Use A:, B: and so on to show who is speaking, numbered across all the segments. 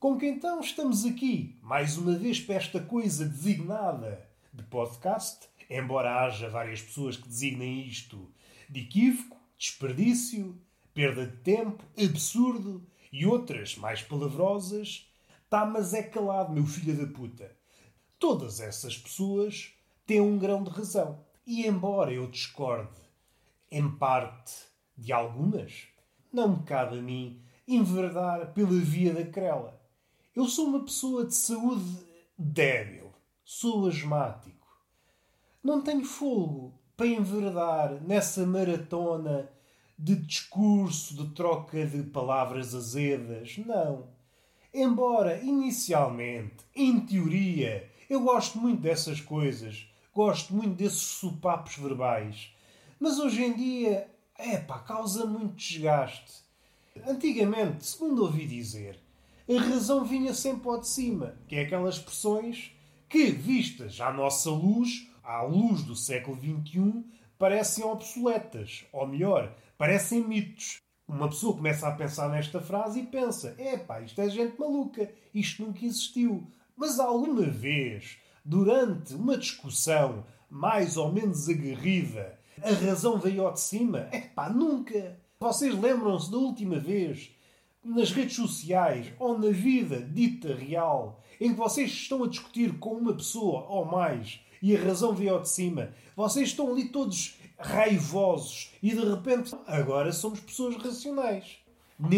A: Com que então estamos aqui, mais uma vez para esta coisa designada de podcast, embora haja várias pessoas que designem isto de equívoco, desperdício, perda de tempo, absurdo e outras mais palavrosas. Tá, mas é calado, meu filho da puta. Todas essas pessoas têm um grão de razão. E embora eu discorde, em parte, de algumas, não me cabe a mim enverdar pela via da querela. Eu sou uma pessoa de saúde débil. Sou asmático. Não tenho fôlego para enverdar nessa maratona de discurso, de troca de palavras azedas. Não. Embora, inicialmente, em teoria, eu gosto muito dessas coisas. Gosto muito desses sopapos verbais. Mas hoje em dia, causa muito desgaste. Antigamente, segundo ouvi dizer, a razão vinha sempre ao de cima, que é aquelas expressões que, vistas à nossa luz, à luz do século XXI, parecem obsoletas. Ou melhor, parecem mitos. Uma pessoa começa a pensar nesta frase e pensa: isto é gente maluca, isto nunca existiu. Mas alguma vez, durante uma discussão mais ou menos aguerrida, a razão veio ao de cima? Nunca! Vocês lembram-se da última vez, nas redes sociais ou na vida dita real, em que vocês estão a discutir com uma pessoa ou mais e a razão veio ao de cima? Vocês estão ali todos raivosos e de repente agora somos pessoas racionais. Nem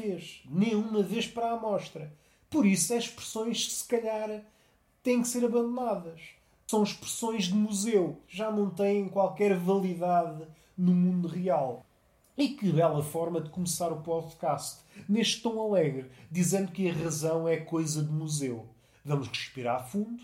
A: uma vez para a amostra. Por isso, as expressões que se calhar têm que ser abandonadas. São expressões de museu, já não têm qualquer validade no mundo real. E que bela forma de começar o podcast, neste tom alegre, dizendo que a razão é coisa de museu. Vamos respirar fundo.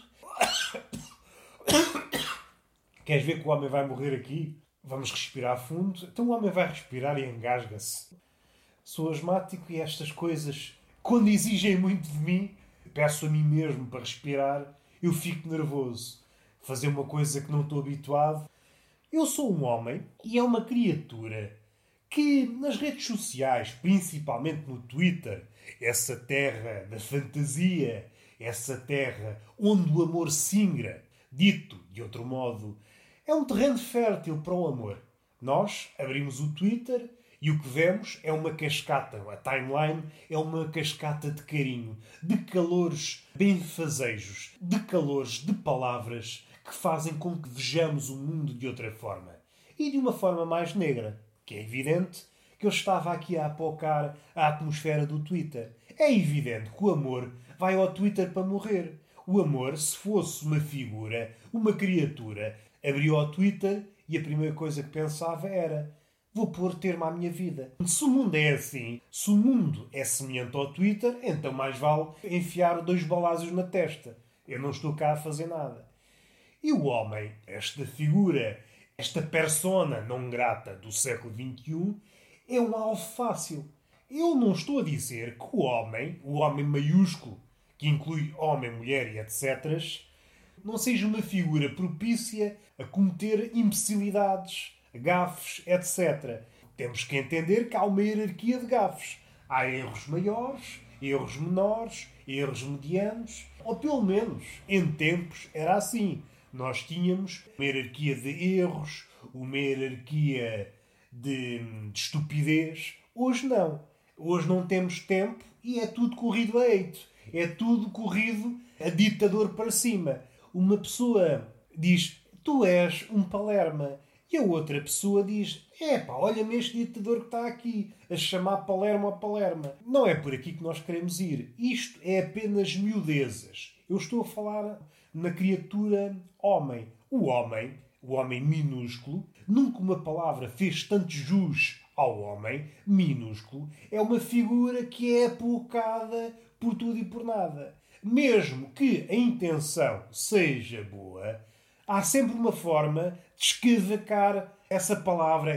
A: Queres ver que o homem vai morrer aqui? Vamos respirar fundo. Então o homem vai respirar e engasga-se. Sou asmático e estas coisas, quando exigem muito de mim, peço a mim mesmo para respirar, eu fico nervoso. Fazer uma coisa que não estou habituado. Eu sou um homem e é uma criatura que nas redes sociais, principalmente no Twitter, essa terra da fantasia, essa terra onde o amor singra, dito de outro modo, é um terreno fértil para o amor. Nós abrimos o Twitter e o que vemos é uma cascata. A timeline é uma cascata de carinho, de calores benfazejos, de calores de palavras que fazem com que vejamos o mundo de outra forma. E de uma forma mais negra, que é evidente que eu estava aqui a apocar a atmosfera do Twitter. É evidente que o amor vai ao Twitter para morrer. O amor, se fosse uma figura, uma criatura, abriu ao Twitter e a primeira coisa que pensava era: vou pôr termo à minha vida. Se o mundo é assim, se o mundo é semelhante ao Twitter, então mais vale enfiar 2 balazos na testa. Eu não estou cá a fazer nada. E o homem, esta figura, esta persona não grata do século XXI, é um alvo fácil. Eu não estou a dizer que o homem maiúsculo, que inclui homem, mulher e etc., não seja uma figura propícia a cometer imbecilidades, gafes, etc. Temos que entender que há uma hierarquia de gafes. Há erros maiores, erros menores, erros medianos, ou pelo menos, em tempos, era assim. Nós tínhamos uma hierarquia de erros, uma hierarquia de estupidez. Hoje não. Hoje não temos tempo e é tudo corrido a eito. É tudo corrido a ditador para cima. Uma pessoa diz: tu és um palerma. E a outra pessoa diz: olha-me este ditador que está aqui a chamar Palermo a Palerma. Não é por aqui que nós queremos ir. Isto é apenas miudezas. Eu estou a falar na criatura homem. O homem minúsculo, nunca uma palavra fez tanto jus ao homem minúsculo. É uma figura que é apocada por tudo e por nada. Mesmo que a intenção seja boa, há sempre uma forma de escavacar essa palavra.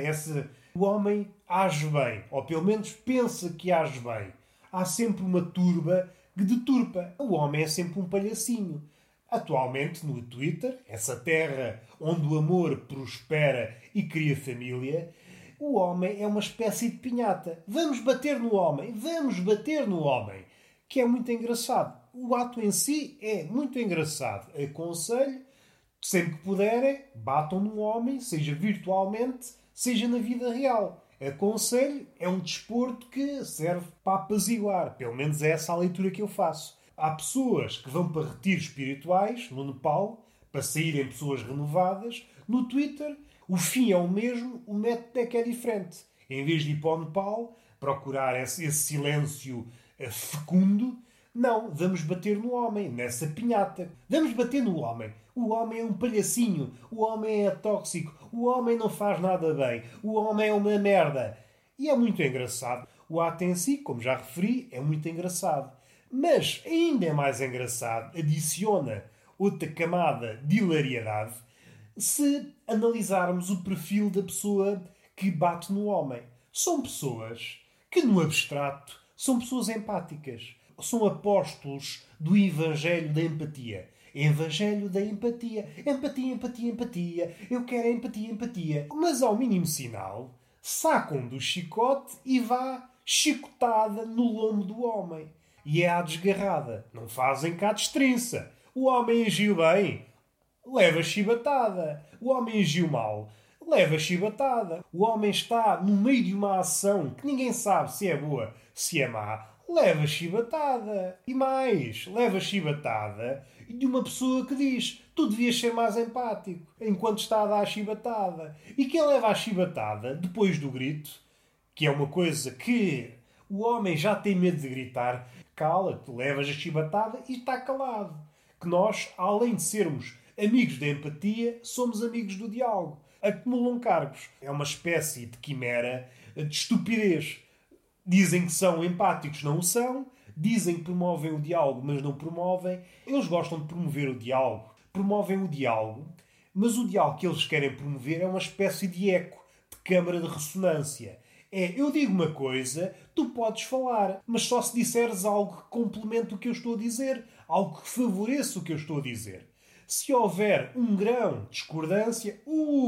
A: O homem age bem, ou pelo menos pensa que age bem. Há sempre uma turba que deturpa. O homem é sempre um palhacinho. Atualmente, no Twitter, essa terra onde o amor prospera e cria família, o homem é uma espécie de pinhata. Vamos bater no homem. que é muito engraçado. O ato em si é muito engraçado. Aconselho, sempre que puderem, batam num homem, seja virtualmente, seja na vida real. Aconselho, é um desporto que serve para apaziguar. Pelo menos é essa a leitura que eu faço. Há pessoas que vão para retiros espirituais, no Nepal, para saírem pessoas renovadas. No Twitter, o fim é o mesmo, o método é que é diferente. Em vez de ir para o Nepal, procurar esse silêncio fecundo, não, vamos bater no homem, nessa pinhata. Vamos bater no homem. O homem é um palhacinho. O homem é tóxico. O homem não faz nada bem. O homem é uma merda. E é muito engraçado. O ato em si, como já referi, é muito engraçado. Mas ainda é mais engraçado, adiciona outra camada de hilariedade, se analisarmos o perfil da pessoa que bate no homem. São pessoas que, no abstrato, são pessoas empáticas. São apóstolos do Evangelho da Empatia. Evangelho da Empatia. Empatia, empatia, empatia. Eu quero empatia, empatia. Mas, ao mínimo sinal, sacam do chicote e vá chicotada no lombo do homem. E é à desgarrada. Não fazem cá destrinça. O homem agiu bem. Leva chibatada. O homem agiu mal. Leva chibatada. O homem está no meio de uma ação que ninguém sabe se é boa, se é má. Leva chibatada. E mais, leva chibatada de uma pessoa que diz: tu devias ser mais empático, enquanto está a dar a chibatada. E quem leva a chibatada, depois do grito, que é uma coisa que o homem já tem medo de gritar, cala-te, levas a chibatada e está calado. Que nós, além de sermos amigos da empatia, somos amigos do diálogo. Acumulam cargos. É uma espécie de quimera de estupidez. Dizem que são empáticos, não o são. Dizem que promovem o diálogo, mas não promovem. Eles gostam de promover o diálogo. Promovem o diálogo, mas o diálogo que eles querem promover é uma espécie de eco, de câmara de ressonância. É, eu digo uma coisa, tu podes falar, mas só se disseres algo que complemente o que eu estou a dizer, algo que favoreça o que eu estou a dizer. Se houver um grão de discordância,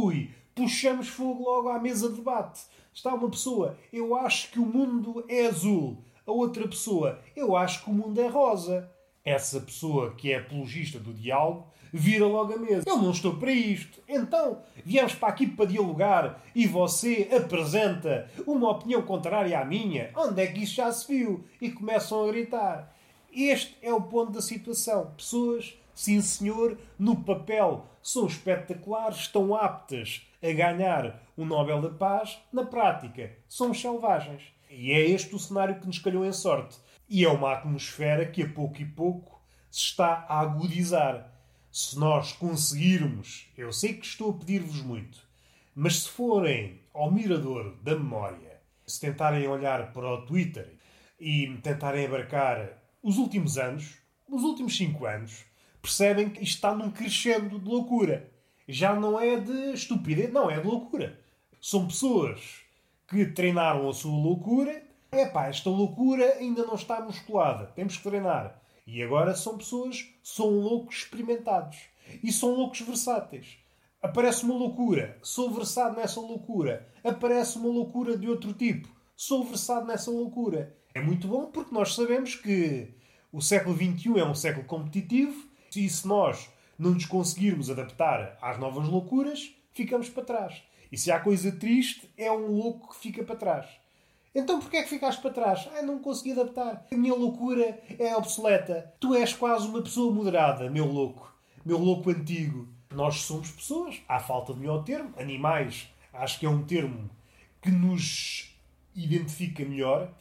A: puxamos fogo logo à mesa de debate. Está uma pessoa, eu acho que o mundo é azul. A outra pessoa, eu acho que o mundo é rosa. Essa pessoa que é apologista do diálogo vira logo a mesa. Eu não estou para isto. Então, viemos para aqui para dialogar e você apresenta uma opinião contrária à minha. Onde é que isso já se viu? E começam a gritar. Este é o ponto da situação. Pessoas, sim senhor, no papel são espetaculares, estão aptas a ganhar o Nobel da Paz. Na prática, são selvagens. E é este o cenário que nos calhou em sorte. E é uma atmosfera que a pouco e pouco se está a agudizar. Se nós conseguirmos, eu sei que estou a pedir-vos muito, mas se forem ao mirador da memória, se tentarem olhar para o Twitter e tentarem abarcar os últimos anos, os últimos 5 anos, percebem que isto está num crescendo de loucura. Já não é de estupidez, não, é de loucura. São pessoas que treinaram a sua loucura. Esta loucura ainda não está musculada. Temos que treinar. E agora são pessoas, são loucos experimentados. E são loucos versáteis. Aparece uma loucura, sou versado nessa loucura. Aparece uma loucura de outro tipo, sou versado nessa loucura. É muito bom porque nós sabemos que o século XXI é um século competitivo e se nós não nos conseguirmos adaptar às novas loucuras, ficamos para trás. E se há coisa triste, é um louco que fica para trás. Então porquê é que ficaste para trás? Não consegui adaptar. A minha loucura é obsoleta. Tu és quase uma pessoa moderada, meu louco. Meu louco antigo. Nós somos pessoas, há falta de melhor termo. Animais, acho que é um termo que nos identifica melhor.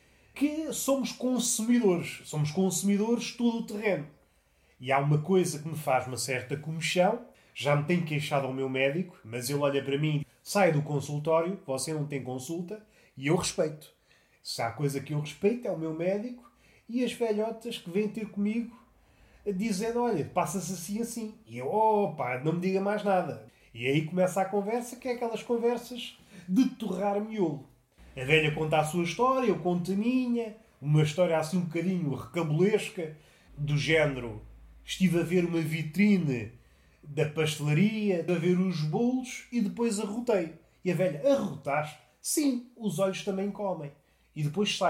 A: Que somos consumidores. Somos consumidores todo o terreno. E há uma coisa que me faz uma certa comichão. Já me tenho queixado ao meu médico, mas ele olha para mim, sai do consultório, você não tem consulta, e eu respeito. Se há coisa que eu respeito é o meu médico e as velhotas que vêm ter comigo dizendo, olha, passa-se assim, assim. E eu, não me diga mais nada. E aí começa a conversa, que é aquelas conversas de torrar miolo. A velha conta a sua história, eu conto a minha, uma história assim um bocadinho recabulesca, do género, estive a ver uma vitrine da pastelaria, a ver os bolos e depois arrotei. E a velha, arrotaste? Sim, os olhos também comem. E depois saio.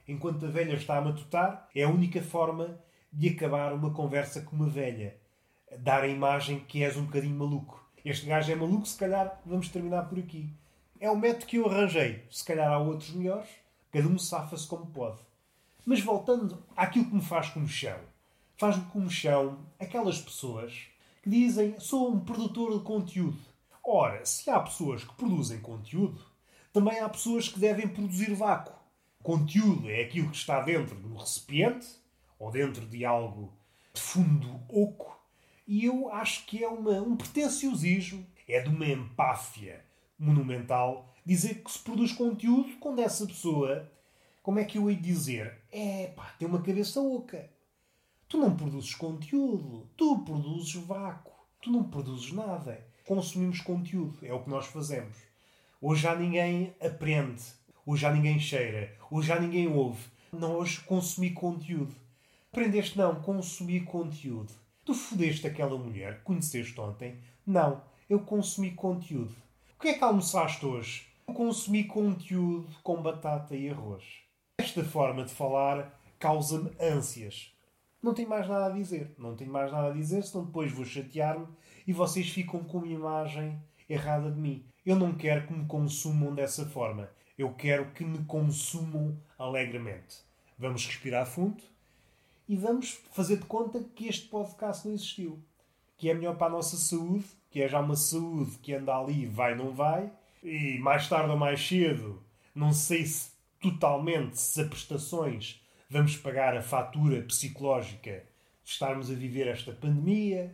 A: enquanto a velha está a matutar, é a única forma de acabar uma conversa com uma velha. Dar a imagem que és um bocadinho maluco. Este gajo é maluco, se calhar vamos terminar por aqui. É o método que eu arranjei. Se calhar há outros melhores. Cada um safa-se como pode. Mas voltando àquilo que me faz comichão. Faz-me comichão aquelas pessoas que dizem sou um produtor de conteúdo. Ora, se há pessoas que produzem conteúdo, também há pessoas que devem produzir vácuo. Conteúdo é aquilo que está dentro de um recipiente ou dentro de algo de fundo oco. E eu acho que é um pretenciosismo, é de uma empáfia monumental dizer que se produz conteúdo quando essa pessoa, como é que eu hei de dizer? Tem uma cabeça oca. Tu não produzes conteúdo, tu produzes vácuo. Tu não produzes nada. Consumimos conteúdo, é o que nós fazemos. Hoje já ninguém aprende, hoje já ninguém cheira, hoje já ninguém ouve. Não, hoje consumi conteúdo. Aprendeste não, consumi conteúdo. Tu fodeste aquela mulher que conheceste ontem? Não, eu consumi conteúdo. O que é que almoçaste hoje? Eu consumi conteúdo com batata e arroz. Esta forma de falar causa-me ânsias. Não tenho mais nada a dizer. Não tenho mais nada a dizer, senão depois vou chatear-me e vocês ficam com uma imagem errada de mim. Eu não quero que me consumam dessa forma. Eu quero que me consumam alegremente. Vamos respirar fundo e vamos fazer de conta que este podcast não existiu. Que é melhor para a nossa saúde, que é já uma saúde que anda ali, vai, não vai. E mais tarde ou mais cedo, não sei se totalmente, se a prestações vamos pagar a fatura psicológica de estarmos a viver esta pandemia.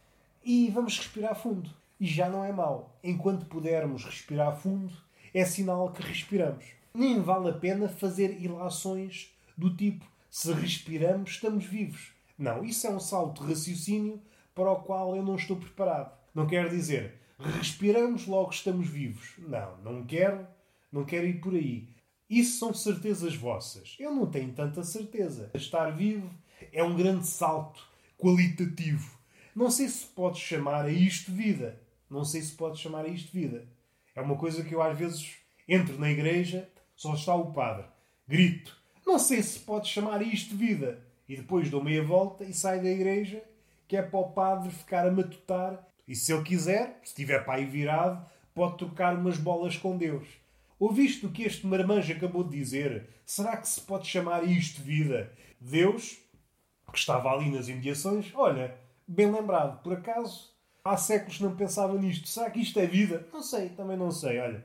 A: E vamos respirar fundo. E já não é mau. Enquanto pudermos respirar fundo, é sinal que respiramos. Nem vale a pena fazer ilações do tipo se respiramos, estamos vivos. Não, isso é um salto de raciocínio para o qual eu não estou preparado. Não quer dizer respiramos, logo estamos vivos. Não, não quero ir por aí. Isso são certezas vossas. Eu não tenho tanta certeza. Estar vivo é um grande salto qualitativo. Não sei se pode chamar a isto vida. Não sei se pode chamar a isto vida. É uma coisa que eu às vezes entro na igreja, só está o padre. Grito. Não sei se pode chamar a isto vida. E depois dou meia volta e saio da igreja, que é para o padre ficar a matutar. E se ele quiser, se estiver para aí virado, pode trocar umas bolas com Deus. Ouviste o que este marmanjo acabou de dizer? Será que se pode chamar isto vida? Deus, que estava ali nas imediações, olha, bem lembrado, por acaso, há séculos não pensava nisto. Será que isto é vida? Não sei, também não sei, olha.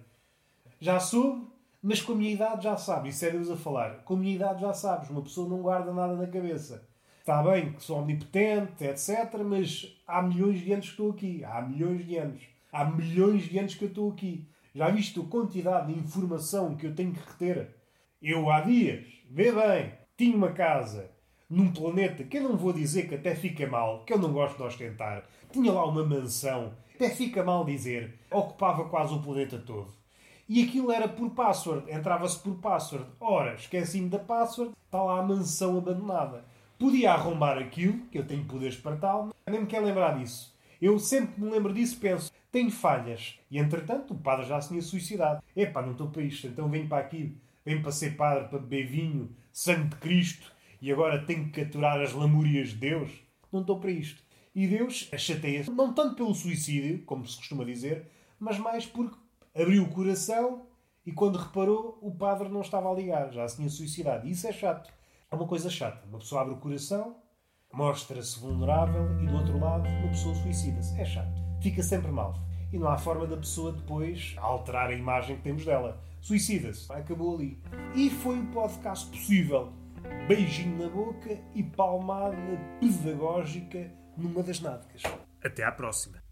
A: Já soube, mas com a minha idade já sabe. Isso é Deus a falar. Com a minha idade já sabes, uma pessoa não guarda nada na cabeça. Está bem que sou omnipotente, etc. Mas há milhões de anos que estou aqui. Há milhões de anos. Há milhões de anos que eu estou aqui. Já viste a quantidade de informação que eu tenho que reter? Eu há dias, vê bem, tinha uma casa num planeta que eu não vou dizer que até fica mal, que eu não gosto de ostentar. Tinha lá uma mansão, até fica mal dizer, ocupava quase o planeta todo. E aquilo era por password, entrava-se por password. Ora, esqueci-me da password, está lá a mansão abandonada. Podia arrombar aquilo, que eu tenho poderes para tal, nem me quero lembrar disso. Eu sempre que me lembro disso penso, tenho falhas. E entretanto o padre já se tinha suicidado. Epá, não estou para isto, então venho para aqui, venho para ser padre, para beber vinho, sangue de Cristo, e agora tenho que aturar as lamúrias de Deus. Não estou para isto. E Deus chateia-se, não tanto pelo suicídio, como se costuma dizer, mas mais porque abriu o coração e quando reparou o padre não estava a ligar, já se tinha suicidado. E isso é chato. É uma coisa chata. Uma pessoa abre o coração, mostra-se vulnerável e do outro lado uma pessoa suicida-se. É chato. Fica sempre mal. E não há forma da pessoa depois alterar a imagem que temos dela. Suicida-se. Acabou ali. E foi o podcast possível. Beijinho na boca e palmada pedagógica numa das nádegas. Até à próxima.